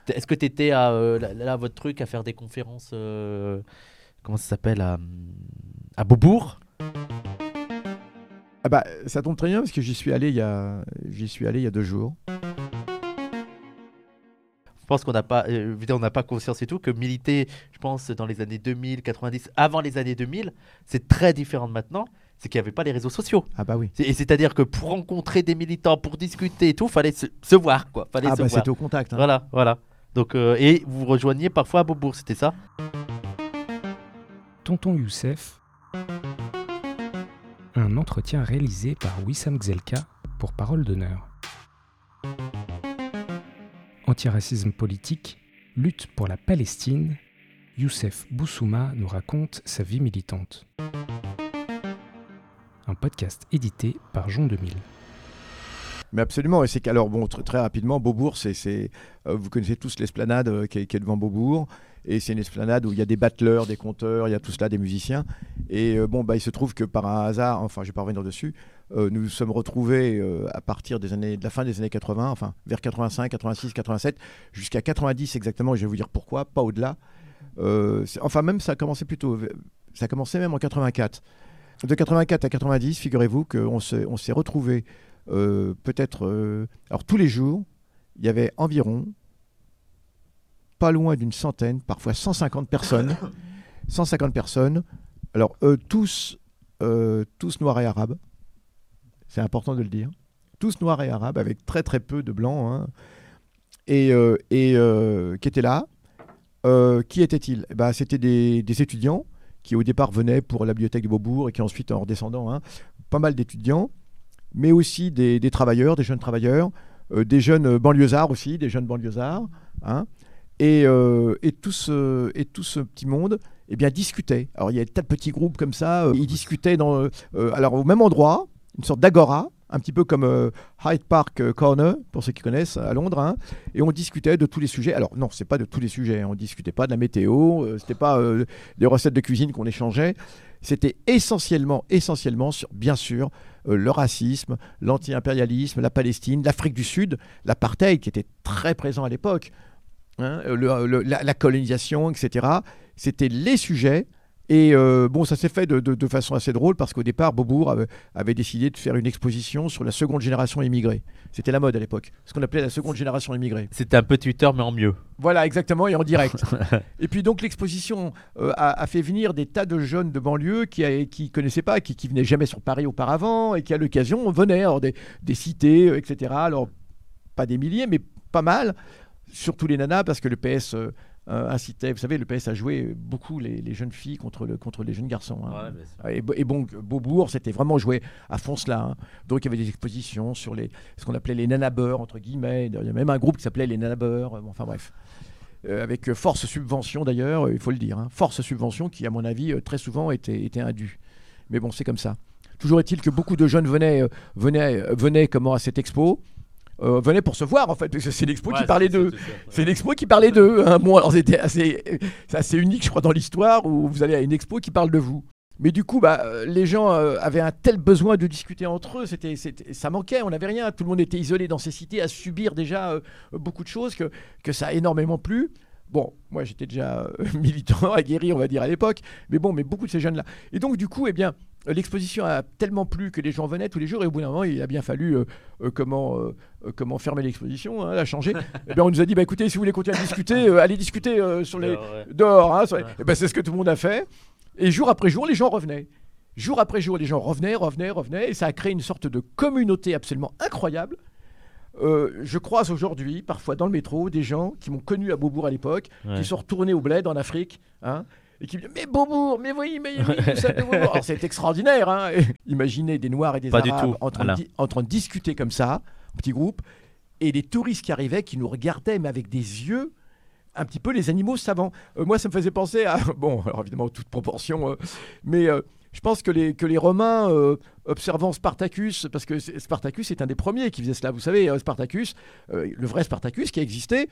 Est-ce que tu étais là, votre truc, à faire des conférences, comment ça s'appelle, à Beaubourg? Ah bah, ça tombe très bien parce que j'y suis allé il y a 2 jours. Je pense qu'on n'a pas, évidemment, on n'a pas conscience et tout, que militer, je pense, dans les années 2000, 90, avant les années 2000, c'est très différent de maintenant. C'est qu'il n'y avait pas les réseaux sociaux. Ah bah oui. Et c'est-à-dire que pour rencontrer des militants, pour discuter et tout, fallait se voir, quoi. Fallait Ah se bah voir. c'était au contact. Hein. Voilà, voilà. Donc, et vous vous rejoigniez parfois à Beaubourg, c'était ça? Tonton Youssef, un entretien réalisé par Wissam Gzelka pour Parole d'honneur. Antiracisme politique, lutte pour la Palestine, Youssef Boussouma nous raconte sa vie militante. Un podcast édité par Jean 2000. Mais absolument, et c'est qu'alors, bon, très rapidement, Beaubourg, vous connaissez tous l'esplanade qui est devant Beaubourg, et c'est une esplanade où il y a des battleurs, des conteurs, il y a tout cela, des musiciens, et il se trouve que par un hasard, enfin je ne vais pas revenir dessus, nous nous sommes retrouvés à partir de la fin des années 80, enfin vers 85, 86, 87, jusqu'à 90 exactement, et je vais vous dire pourquoi, pas au-delà. Même ça a commencé même en 84. De 84 à 90, figurez-vous qu'on s'est retrouvés alors tous les jours, il y avait environ pas loin d'une centaine, parfois 150 personnes. 150 personnes. Alors tous noirs et arabes. C'est important de le dire. Tous noirs et arabes, avec très très peu de blancs. Hein. Et qui étaient là. Qui étaient-ils ? C'était des étudiants qui au départ venaient pour la bibliothèque de Beaubourg et qui ensuite, en redescendant, pas mal d'étudiants, mais aussi des travailleurs, des jeunes travailleurs, des jeunes banlieusards aussi, des jeunes banlieusards, hein, et tout ce petit monde discutait. Alors il y avait tas de petits groupes comme ça, ils discutaient alors au même endroit, une sorte d'agora, un petit peu comme Hyde Park Corner, pour ceux qui connaissent, à Londres, hein, et on discutait de tous les sujets. Alors non, c'est pas de tous les sujets, on discutait pas de la météo, c'était pas des recettes de cuisine qu'on échangeait, c'était essentiellement sur, bien sûr, le racisme, l'anti-impérialisme, la Palestine, l'Afrique du Sud, l'apartheid qui était très présent à l'époque, hein, la colonisation, etc. C'était les sujets. Et ça s'est fait de façon assez drôle parce qu'au départ, Beaubourg avait décidé de faire une exposition sur la seconde génération immigrée. C'était la mode à l'époque, ce qu'on appelait la seconde génération immigrée. C'était un peu Twitter, mais en mieux. Voilà, exactement, et en direct. Et puis donc l'exposition a fait venir des tas de jeunes de banlieue qui connaissaient pas, qui venaient jamais sur Paris auparavant, et qui à l'occasion venaient, alors, des cités, etc. Alors pas des milliers, mais pas mal, surtout les nanas, parce que le PS... incitait, vous savez, le PS a joué beaucoup les jeunes filles contre les jeunes garçons. Hein. Ouais, et Beaubourg, c'était vraiment joué à fond cela. Hein. Donc il y avait des expositions sur ce qu'on appelait les nanabeurs, entre guillemets. Il y a même un groupe qui s'appelait les nanabeurs. Enfin bref. Avec force subvention d'ailleurs, il faut le dire. Hein. Force subvention qui, à mon avis, très souvent était indue. Mais bon, c'est comme ça. Toujours est-il que beaucoup de jeunes venaient à cette expo. Venaient pour se voir en fait, parce que c'est l'expo qui parlait d'eux. C'est l'expo qui parlait d'eux. Hein. Bon, alors c'est assez unique, je crois, dans l'histoire où vous allez à une expo qui parle de vous. Mais du coup, les gens avaient un tel besoin de discuter entre eux, ça manquait, on n'avait rien. Tout le monde était isolé dans ces cités à subir déjà beaucoup de choses que ça a énormément plu. Bon, moi j'étais déjà militant aguerri, on va dire, à l'époque, mais beaucoup de ces jeunes-là. Et donc du coup, l'exposition a tellement plu que les gens venaient tous les jours, et au bout d'un moment, il a bien fallu comment fermer l'exposition, hein, la changer. On nous a dit, écoutez, si vous voulez continuer à discuter, allez discuter dehors. Hein, c'est ce que tout le monde a fait. Et jour après jour, les gens revenaient. Jour après jour, les gens revenaient, et ça a créé une sorte de communauté absolument incroyable. Je croise aujourd'hui, parfois dans le métro, des gens qui m'ont connu à Beaubourg à l'époque, qui sont retournés au bled en Afrique, hein, et qui me disent « Mais Beaubourg, mais oui, vous savez Beaubourg !» Alors c'est extraordinaire, hein. Imaginez des Noirs et des Arabes en train de discuter comme ça, en petit groupe, et des touristes qui arrivaient, qui nous regardaient, mais avec des yeux un petit peu les animaux savants. Moi, ça me faisait penser à... Bon, alors évidemment, toute proportion, mais... je pense que les Romains, observant Spartacus, parce que Spartacus est un des premiers qui faisait cela, vous savez, Spartacus, le vrai Spartacus qui existait,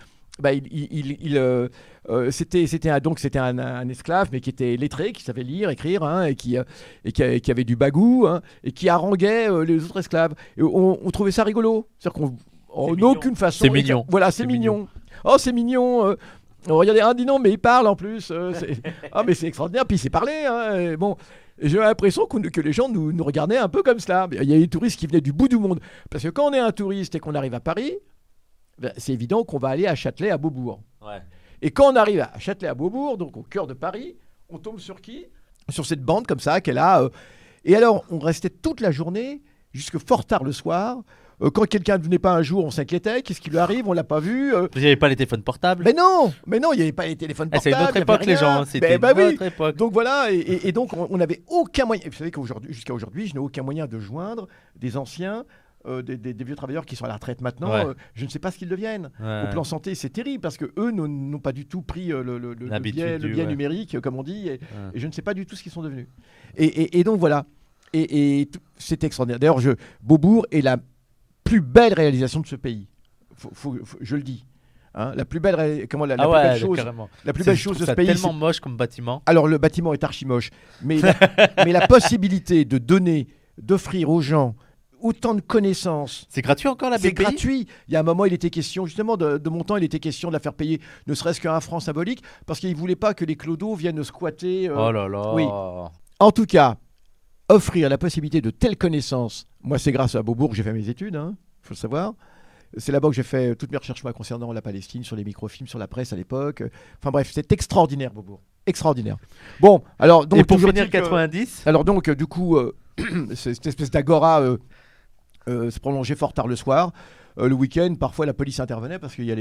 c'était un esclave, mais qui était lettré, qui savait lire, écrire, hein, et qui avait du bagou, hein, et qui haranguait les autres esclaves. Et on trouvait ça rigolo. C'est-à-dire qu'en aucune façon... C'est mignon. Voilà, c'est mignon. Oh, c'est mignon. Regardez, un dit non, mais il parle en plus. Ah, mais c'est extraordinaire. Puis il sait parler. Hein, et bon, j'ai l'impression que les gens nous regardaient un peu comme cela. Il y a des touristes qui venaient du bout du monde. Parce que quand on est un touriste et qu'on arrive à Paris, c'est évident qu'on va aller à Châtelet, à Beaubourg. Ouais. Et quand on arrive à Châtelet, à Beaubourg, donc au cœur de Paris, on tombe sur qui ? Sur cette bande comme ça qu'elle a. Et alors, on restait toute la journée, jusque fort tard le soir. Quand quelqu'un ne venait pas un jour, on s'inquiétait. Qu'est-ce qui lui arrive ? On l'a pas vu. Vous n'avez pas les téléphones portables. Mais non, il n'y avait pas les téléphones Ah, c'est portables. une autre époque, les gens. C'était une autre époque. Donc voilà, et donc on n'avait aucun moyen. Vous savez jusqu'à aujourd'hui, je n'ai aucun moyen de joindre des anciens, des vieux travailleurs qui sont à la retraite maintenant. Ouais. Je ne sais pas ce qu'ils deviennent. Ouais. Au plan santé, c'est terrible parce que eux n'ont pas du tout pris le biais numérique, comme on dit, et je ne sais pas du tout ce qu'ils sont devenus. Et donc voilà, et c'est extraordinaire. D'ailleurs, Beaubourg est la plus belle réalisation de ce pays. Je le dis. Hein, la plus belle, belle chose, la plus belle chose de ce pays. C'est tellement moche comme bâtiment. Alors le bâtiment est archi moche, mais la possibilité d'offrir aux gens autant de connaissances. C'est gratuit encore la BPI ? C'est gratuit. Il y a un moment, il était question justement de mon temps, il était question de la faire payer, ne serait-ce qu'un franc symbolique, parce qu'ils voulaient pas que les clodos viennent squatter. Oh là là. Oui. En tout cas, offrir la possibilité de telles connaissances. Moi, c'est grâce à Beaubourg que j'ai fait mes études. Faut le savoir. C'est là-bas que j'ai fait toutes mes recherches concernant la Palestine, sur les microfilms, sur la presse à l'époque. Enfin bref, c'est extraordinaire, Beaubourg. Extraordinaire. Bon, alors donc. Et pour finir 90. Alors donc, du coup, cette espèce d'agora se prolongeait fort tard le soir. Le week-end, parfois la police intervenait parce qu'il y a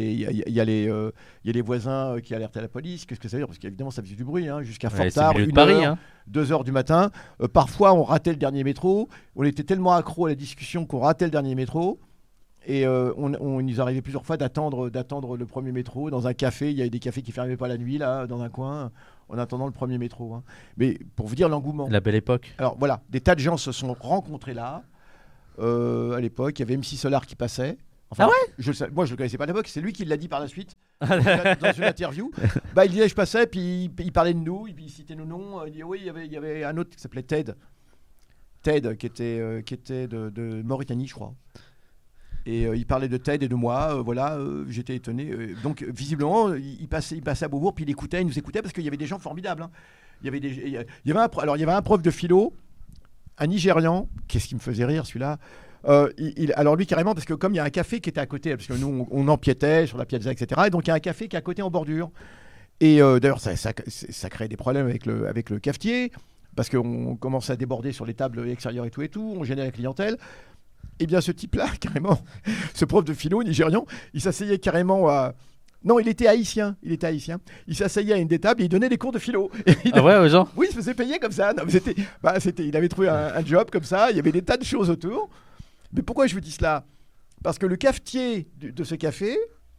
les voisins qui alertaient la police. Qu'est-ce que ça veut dire ? Parce qu'évidemment, ça faisait du bruit jusqu'à fort tard, 1h, 2h du matin. Parfois, on ratait le dernier métro. On était tellement accro à la discussion qu'on ratait le dernier métro. Et on nous arrivait plusieurs fois d'attendre le premier métro dans un café. Il y avait des cafés qui ne fermaient pas la nuit, là, dans un coin, en attendant le premier métro. Mais pour vous dire l'engouement. La belle époque. Alors voilà, des tas de gens se sont rencontrés là. À l'époque, il y avait MC Solar qui passait. Enfin, ah ouais ? Moi, je le connaissais pas à l'époque. C'est lui qui l'a dit par la suite dans une interview. Il disait je passais, puis il parlait de nous, il citait nos noms. Il dit oui, il y avait un autre qui s'appelait Ted, qui était de Mauritanie, je crois. Et il parlait de Ted et de moi. J'étais étonné. Donc visiblement, il passait à Beaubourg, puis il nous écoutait parce qu'il y avait des gens formidables. Il y avait un prof de philo. Un Nigérian, qu'est-ce qui me faisait rire celui-là, alors lui carrément, parce que comme il y a un café qui était à côté, parce que nous on empiétait sur la piazza, etc. Et donc il y a un café qui est à côté en bordure. Et d'ailleurs ça crée des problèmes avec le cafetier, parce qu'on commençait à déborder sur les tables extérieures et tout, on gênait la clientèle. Et bien ce type-là, carrément, ce prof de philo nigérian, il s'asseyait carrément à... Non, il était haïtien. Il s'asseyait à une des tables et il donnait des cours de philo. Ah ouais, aux gens ? Oui, il se faisait payer comme ça. Non, mais il avait trouvé un job comme ça. Il y avait des tas de choses autour. Mais pourquoi je vous dis cela ? Parce que le cafetier de ce café,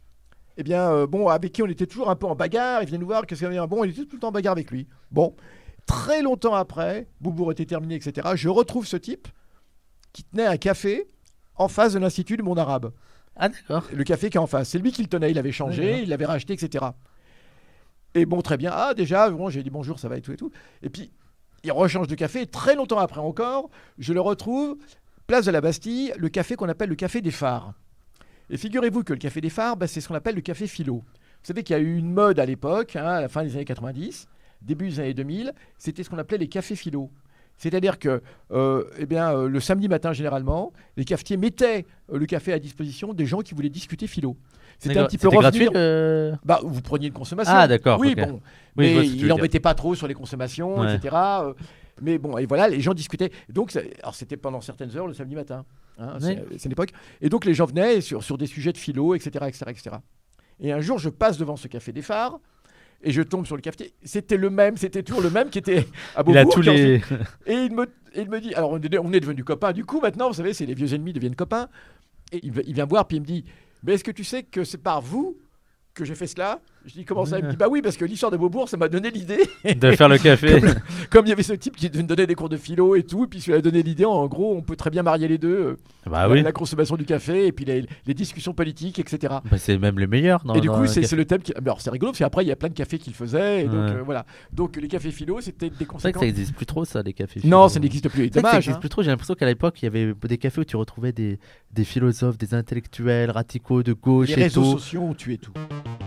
avec qui on était toujours un peu en bagarre, il venait nous voir, qu'est-ce qu'il y avait ? Bon, on était tout le temps en bagarre avec lui. Bon, très longtemps après, Beaubourg était terminé, etc. Je retrouve ce type qui tenait un café en face de l'Institut du monde arabe. Ah d'accord. Le café qui est en face. C'est lui qui le tenait, il avait changé, il l'avait racheté, etc. Et bon, très bien. Ah déjà, j'ai dit bonjour, ça va et tout et tout. Et puis, il rechange de café. Et très longtemps après encore, je le retrouve, place de la Bastille, le café qu'on appelle le café des phares. Et figurez-vous que le café des phares, c'est ce qu'on appelle le café philo. Vous savez qu'il y a eu une mode à l'époque, à la fin des années 90, début des années 2000, c'était ce qu'on appelait les cafés philo. C'est-à-dire que le samedi matin, généralement, les cafetiers mettaient le café à disposition des gens qui voulaient discuter philo. C'était un petit peu gratuit vous preniez une consommation. Ah d'accord. Oui, okay. bon. Mais il n'embêtait pas trop sur les consommations, etc. Mais bon, et voilà, les gens discutaient. Donc, c'était pendant certaines heures le samedi matin. C'est l'époque. Et donc, les gens venaient sur des sujets de philo, etc., etc., etc. Et un jour, je passe devant ce café des phares. Et je tombe sur le cafetier. C'était toujours le même qui était à Beaubourg. Et il me dit, alors on est devenus copains. Du coup, maintenant, vous savez, c'est les vieux ennemis deviennent copains. Et il vient voir, puis il me dit, mais est-ce que tu sais que c'est par vous que j'ai fait cela ? Je dis, comment ça ? Il me dit, bah oui, parce que l'histoire de Beaubourg, ça m'a donné l'idée de faire le café. Comme il y avait ce type qui me donnait des cours de philo et tout, et puis il a donné l'idée, en gros, on peut très bien marier les deux. La consommation du café et puis les discussions politiques, etc. C'est même les meilleurs. Et du coup, c'est le thème qui... Alors, c'est rigolo, parce qu'après, il y a plein de cafés qu'il faisait. Et donc, voilà. Donc, les cafés philo, c'était des conséquences. C'est vrai que ça n'existe plus trop, ça, les cafés philo. Non, ça n'existe plus. Dommage. Ça n'existe plus trop. J'ai l'impression qu'à l'époque, il y avait des cafés où tu retrouvais des philosophes, des intellectuels radicaux de gauche les réseaux sociaux ont tué tout.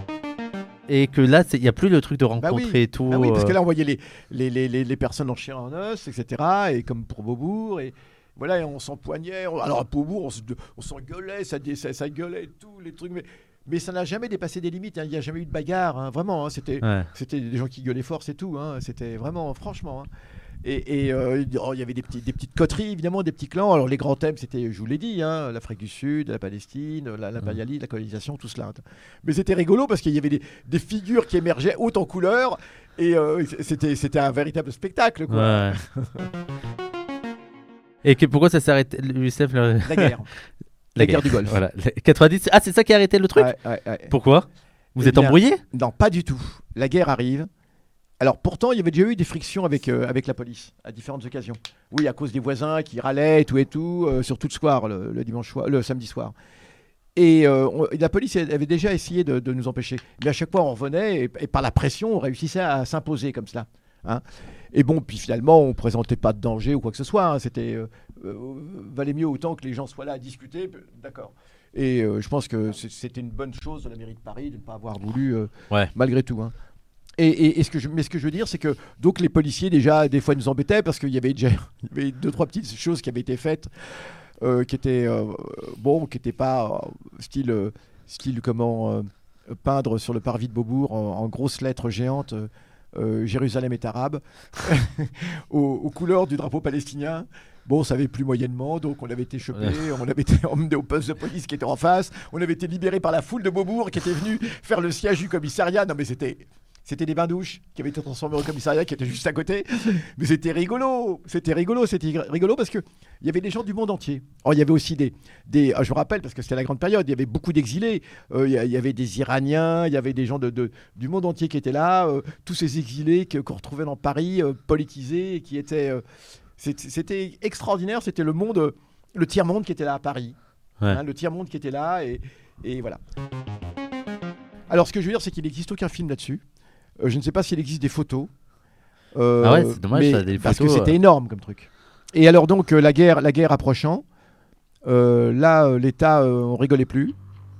Et que là, il n'y a plus le truc de Bah rencontrer oui. et tout. Bah oui, parce que là, on voyait les personnes en chair et en os, etc. Et comme pour Beaubourg, et voilà, et on s'empoignait. Alors à Beaubourg, on s'engueulait, ça gueulait et tout, les trucs. Mais ça n'a jamais dépassé des limites. Hein. Il n'y a jamais eu de bagarre, hein, vraiment. Hein. C'était des gens qui gueulaient fort, c'est tout. Hein. C'était vraiment, franchement. Hein. Et il y avait des petites coteries, évidemment, des petits clans. Alors les grands thèmes, c'était, je vous l'ai dit, hein, l'Afrique du Sud, la Palestine, l'impérialisme, la colonisation, tout cela. Mais c'était rigolo parce qu'il y avait des figures qui émergeaient hautes en couleurs. Et c'était un véritable spectacle, quoi. Ouais. Et pourquoi ça s'est arrêté, Youssef La guerre. La guerre du Golfe. Voilà. 90. Ah, c'est ça qui a arrêté le truc. Ouais. Pourquoi Vous êtes bien, embrouillé Non, pas du tout. La guerre arrive. Alors pourtant, il y avait déjà eu des frictions avec la police à différentes occasions. Oui, à cause des voisins qui râlaient et tout, surtout le soir, le samedi soir. Et la police avait déjà essayé de nous empêcher. Mais à chaque fois, on revenait et par la pression, on réussissait à s'imposer comme cela. Hein. Et bon, puis finalement, on ne présentait pas de danger ou quoi que ce soit. Hein. C'était valait mieux autant que les gens soient là à discuter. D'accord. Et je pense que c'était une bonne chose de la mairie de Paris de ne pas avoir voulu, malgré tout. Hein. Et ce que je veux dire, c'est que donc les policiers déjà des fois nous embêtaient parce qu'il y avait déjà 2-3 petites choses qui avaient été faites qui étaient qui n'étaient pas style comment peindre sur le parvis de Beaubourg en grosses lettres géantes Jérusalem est arabe aux couleurs du drapeau palestinien. Bon, ça avait plu moyennement, donc on avait été chopé, on avait été emmené au poste de police qui était en face, on avait été libéré par la foule de Beaubourg qui était venue faire le siège du commissariat. Non mais c'était des bains-douches qui avaient été transformés au commissariat qui était juste à côté. Mais c'était rigolo parce qu'il y avait des gens du monde entier. Alors, il y avait aussi je me rappelle, parce que c'était la grande période, il y avait beaucoup d'exilés. Il y avait des Iraniens, il y avait des gens du monde entier qui étaient là. Tous ces exilés qu'on retrouvait dans Paris, politisés, qui étaient... c'était extraordinaire, c'était le tiers-monde qui était là à Paris. Ouais. Hein, le tiers-monde qui était là, et voilà. Alors, ce que je veux dire, c'est qu'il n'existe aucun film là-dessus. Je ne sais pas s'il existe des photos. Ah ouais, c'est dommage, ça, des parce photos, que c'était énorme comme truc. Et alors donc, la guerre approchant, là, l'État, on rigolait plus.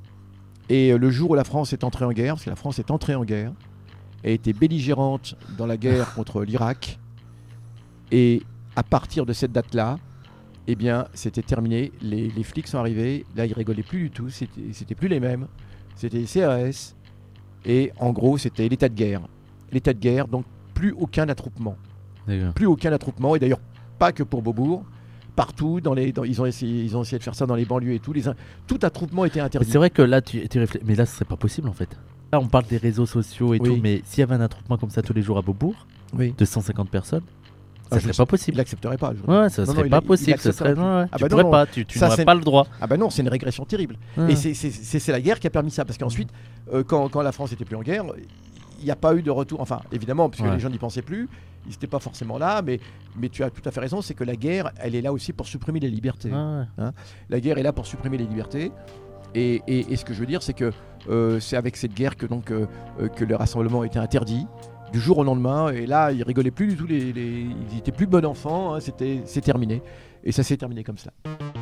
Et le jour où la France est entrée en guerre, parce que la France est entrée en guerre, et était belligérante dans la guerre contre l'Irak, et à partir de cette date-là, eh bien, c'était terminé. Les flics sont arrivés. Là, ils rigolaient plus du tout. C'était plus les mêmes. C'était les CRS. Et en gros, c'était l'état de guerre. L'état de guerre, donc plus aucun attroupement. D'accord. Plus aucun attroupement. Et d'ailleurs, pas que pour Beaubourg. Partout, ils ont essayé de faire ça dans les banlieues et tout. Tout attroupement était Mais interdit. c'est vrai que là, tu réfléchis. Mais là, ce serait pas possible en fait. Là, on parle des réseaux sociaux et Oui. tout, mais s'il y avait un attroupement comme ça tous les jours à Beaubourg, Oui. de 150 personnes, Ah, ça je serait sais. pas Il possible. n'accepterait pas. Ouais, ça Non, serait non, pas il possible. Ça accepterait serait... non, ouais. Ah Tu bah pourrais non, pas, tu ça, n'aurais c'est- pas le droit. Ah bah non, c'est une régression terrible. Ouais. Et c'est la guerre qui a permis ça. Parce qu'ensuite, quand la France n'était plus en guerre, il n'y a pas eu de retour. Enfin, évidemment, parce que Ouais. les gens n'y pensaient plus. Ils n'étaient pas forcément là. Mais tu as tout à fait raison. C'est que la guerre, elle est là aussi pour supprimer les libertés. Ouais. La guerre est là pour supprimer les libertés. Et ce que je veux dire, c'est que c'est avec cette guerre que le rassemblement était interdit du jour au lendemain. Et là, ils rigolaient plus du tout. Ils étaient plus bon enfants. Hein, c'est terminé. Et ça s'est terminé comme ça.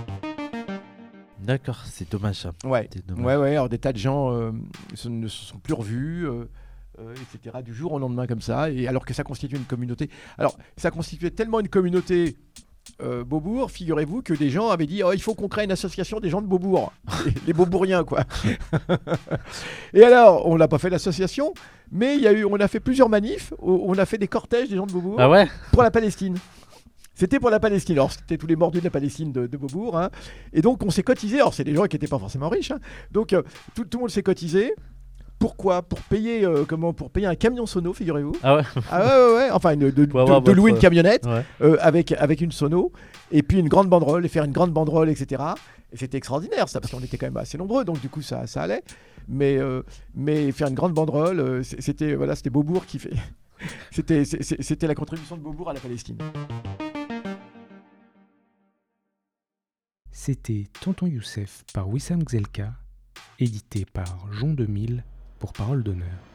D'accord, c'est dommage ça. Ouais. C'est dommage. Ouais. Alors des tas de gens ne se sont plus revus. Etc. Du jour au lendemain comme ça. Et alors que ça constituait une communauté. Alors, ça constituait tellement une communauté. Beaubourg, figurez-vous que des gens avaient dit il faut qu'on crée une association des gens de Beaubourg, les Beaubourgiens quoi. Et alors on n'a pas fait l'association, mais on a fait plusieurs manifs, on a fait des cortèges des gens de Beaubourg Ah ouais. pour la Palestine. C'était pour la Palestine, alors c'était tous les mordus de la Palestine de Beaubourg, hein. Et donc on s'est cotisé, alors c'est des gens qui n'étaient pas forcément riches, hein. Donc tout le monde s'est cotisé. Pourquoi ? Pour payer un camion sono, figurez-vous. Ah ouais. Ah ouais. Enfin, de louer une camionnette Ouais. avec une sono et puis une grande banderole et faire une grande banderole, etc. Et c'était extraordinaire, ça, parce qu'on était quand même assez nombreux, donc du coup ça allait. Mais faire une grande banderole, c'était Beaubourg qui fait. C'était la contribution de Beaubourg à la Palestine. C'était Tonton Youssef par Wissam Gzelka, édité par Jon 2000 pour Parole d'honneur.